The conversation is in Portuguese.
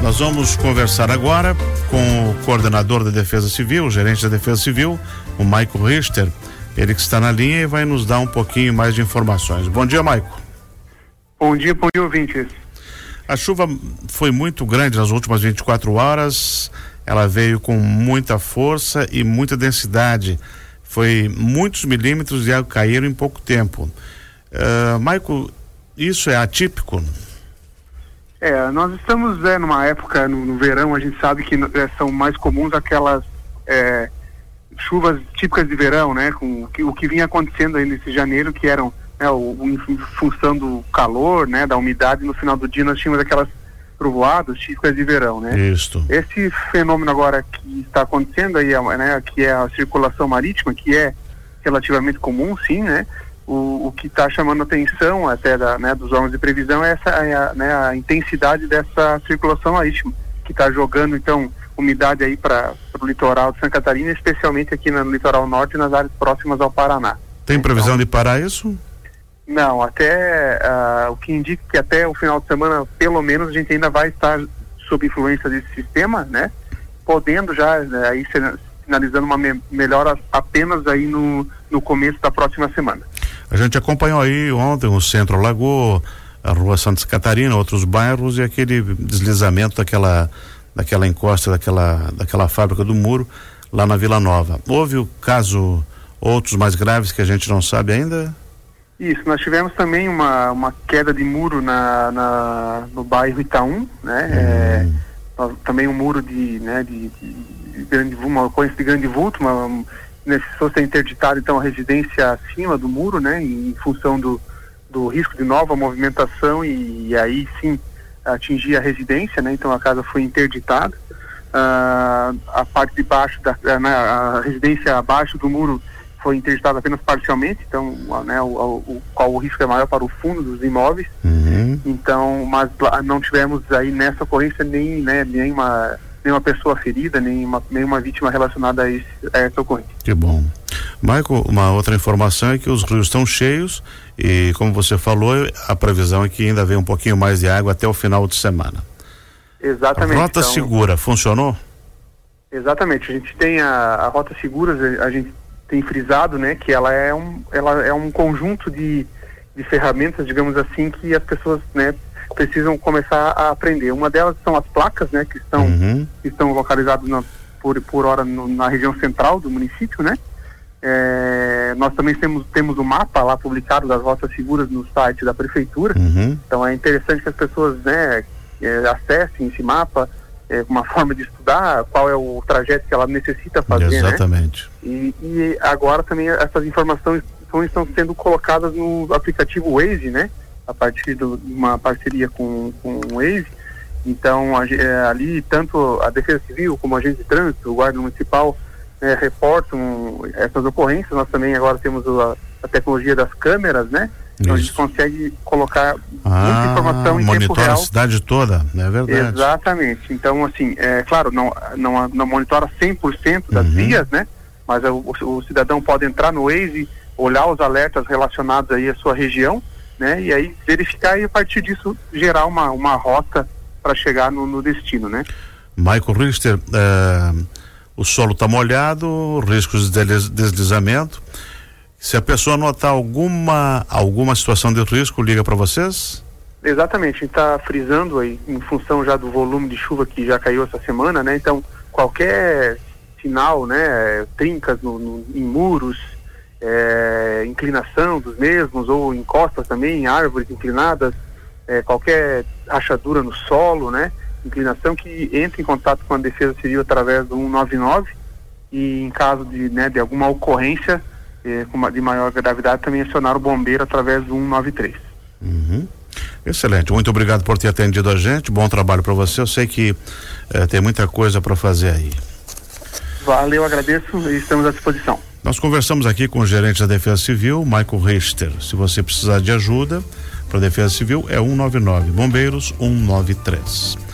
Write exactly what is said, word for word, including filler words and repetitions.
Nós vamos conversar agora com o coordenador da Defesa Civil, o gerente da Defesa Civil, o Maico Richter, ele que está na linha e vai nos dar um pouquinho mais de informações. Bom dia, Maico. Bom dia, bom dia, ouvintes. A chuva foi muito grande nas últimas vinte e quatro horas, ela veio com muita força e muita densidade. Foi muitos milímetros de água caíram em pouco tempo. Uh, Maico, isso é atípico? É, nós estamos é, numa época, no, no verão, a gente sabe que é, são mais comuns aquelas é, chuvas típicas de verão, né? Com que, o que vinha acontecendo aí nesse janeiro, que eram, né, o, o, em função do calor, né, da umidade, no final do dia nós tínhamos aquelas trovoadas típicas de verão, né? Isso. Esse fenômeno agora que está acontecendo aí, né, que é a circulação marítima, que é relativamente comum, sim, né? O, o que está chamando atenção até da, né, dos órgãos de previsão é essa, é a, né, a intensidade dessa circulação marítima, que está jogando então umidade aí para o litoral de Santa Catarina, especialmente aqui no litoral norte e nas áreas próximas ao Paraná. Tem previsão então, de parar isso? Não, até uh, o que indica que até o final de semana, pelo menos, a gente ainda vai estar sob influência desse sistema, né? Podendo já né, aí sinalizando uma me melhora apenas aí no, no começo da próxima semana. A gente acompanhou aí ontem o Centro Lagoa, a Rua Santa Catarina, outros bairros e aquele deslizamento daquela, daquela encosta, daquela, daquela fábrica do muro lá na Vila Nova. Houve o caso, outros mais graves que a gente não sabe ainda? Isso, nós tivemos também uma, uma queda de muro na, na, no bairro Itaú, né? Hum. É, também um muro de, né, de, de, de grande, uma ocorrência de grande vulto, uma, necessitou ser interditado então a residência acima do muro, né, em função do, do risco de nova movimentação e, e aí sim atingir a residência, né, então a casa foi interditada. Uh, a parte de baixo da a, a residência abaixo do muro foi interditada apenas parcialmente, então né, o, o, qual o risco é maior para o fundo dos imóveis. Uhum. Então, mas não tivemos aí nessa ocorrência nem, né, nenhuma nenhuma pessoa ferida, nenhuma, nenhuma vítima relacionada a, esse, a essa ocorrência. Que bom. Maico, uma outra informação é que os rios estão cheios e, como você falou, a previsão é que ainda vem um pouquinho mais de água até o final de semana. Exatamente. A Rota então, Segura funcionou? Exatamente. A gente tem a, a Rota Segura, a gente tem frisado, né, que ela é um, ela é um conjunto de, de ferramentas, digamos assim, que as pessoas, né, precisam começar a aprender. Uma delas são as placas, né, que estão, uhum. que estão localizadas na, por, por hora no, na região central do município, né? É, nós também temos, temos o mapa lá publicado das rotas seguras no site da prefeitura, uhum. Então é interessante que as pessoas, né, é, acessem esse mapa, é, uma forma de estudar qual é o trajeto que ela necessita fazer, exatamente. Né? E, e agora também essas informações estão, estão sendo colocadas no aplicativo Waze, né? A partir do, de uma parceria com, com o Waze. Então a, é, ali tanto a Defesa Civil como a agente de trânsito, o guarda municipal, é, reportam essas ocorrências. Nós também agora temos a, a tecnologia das câmeras, né? Então Isso. a gente consegue colocar ah, muita informação em tempo monitora real. A cidade toda, é verdade. Exatamente. Então, assim, é claro, não, não, não monitora cem por cento das uhum. vias, né? Mas o, o cidadão pode entrar no Waze, olhar os alertas relacionados aí à sua região, né? E aí verificar e a partir disso gerar uma, uma rota para chegar no, no destino, né? Maico Richter, uh, o solo está molhado, riscos de deslizamento. Se a pessoa notar alguma, alguma situação de risco, liga para vocês? Exatamente, a gente está frisando aí, em função já do volume de chuva que já caiu essa semana, né? Então, qualquer sinal, né, trincas no, no, em muros, é, inclinação dos mesmos, ou encostas também, em árvores inclinadas, é, qualquer rachadura no solo, né? Inclinação, que entre em contato com a Defesa Civil através do cento e noventa e nove e em caso de, né, de alguma ocorrência eh, de maior gravidade, também acionar o bombeiro através do cento e noventa e três. Uhum. Excelente, muito obrigado por ter atendido a gente, bom trabalho para você, eu sei que eh, tem muita coisa para fazer aí. Valeu, agradeço e estamos à disposição. Nós conversamos aqui com o gerente da Defesa Civil, Maico Richter. Se você precisar de ajuda para a Defesa Civil, é cento e noventa e nove, Bombeiros cento e noventa e três.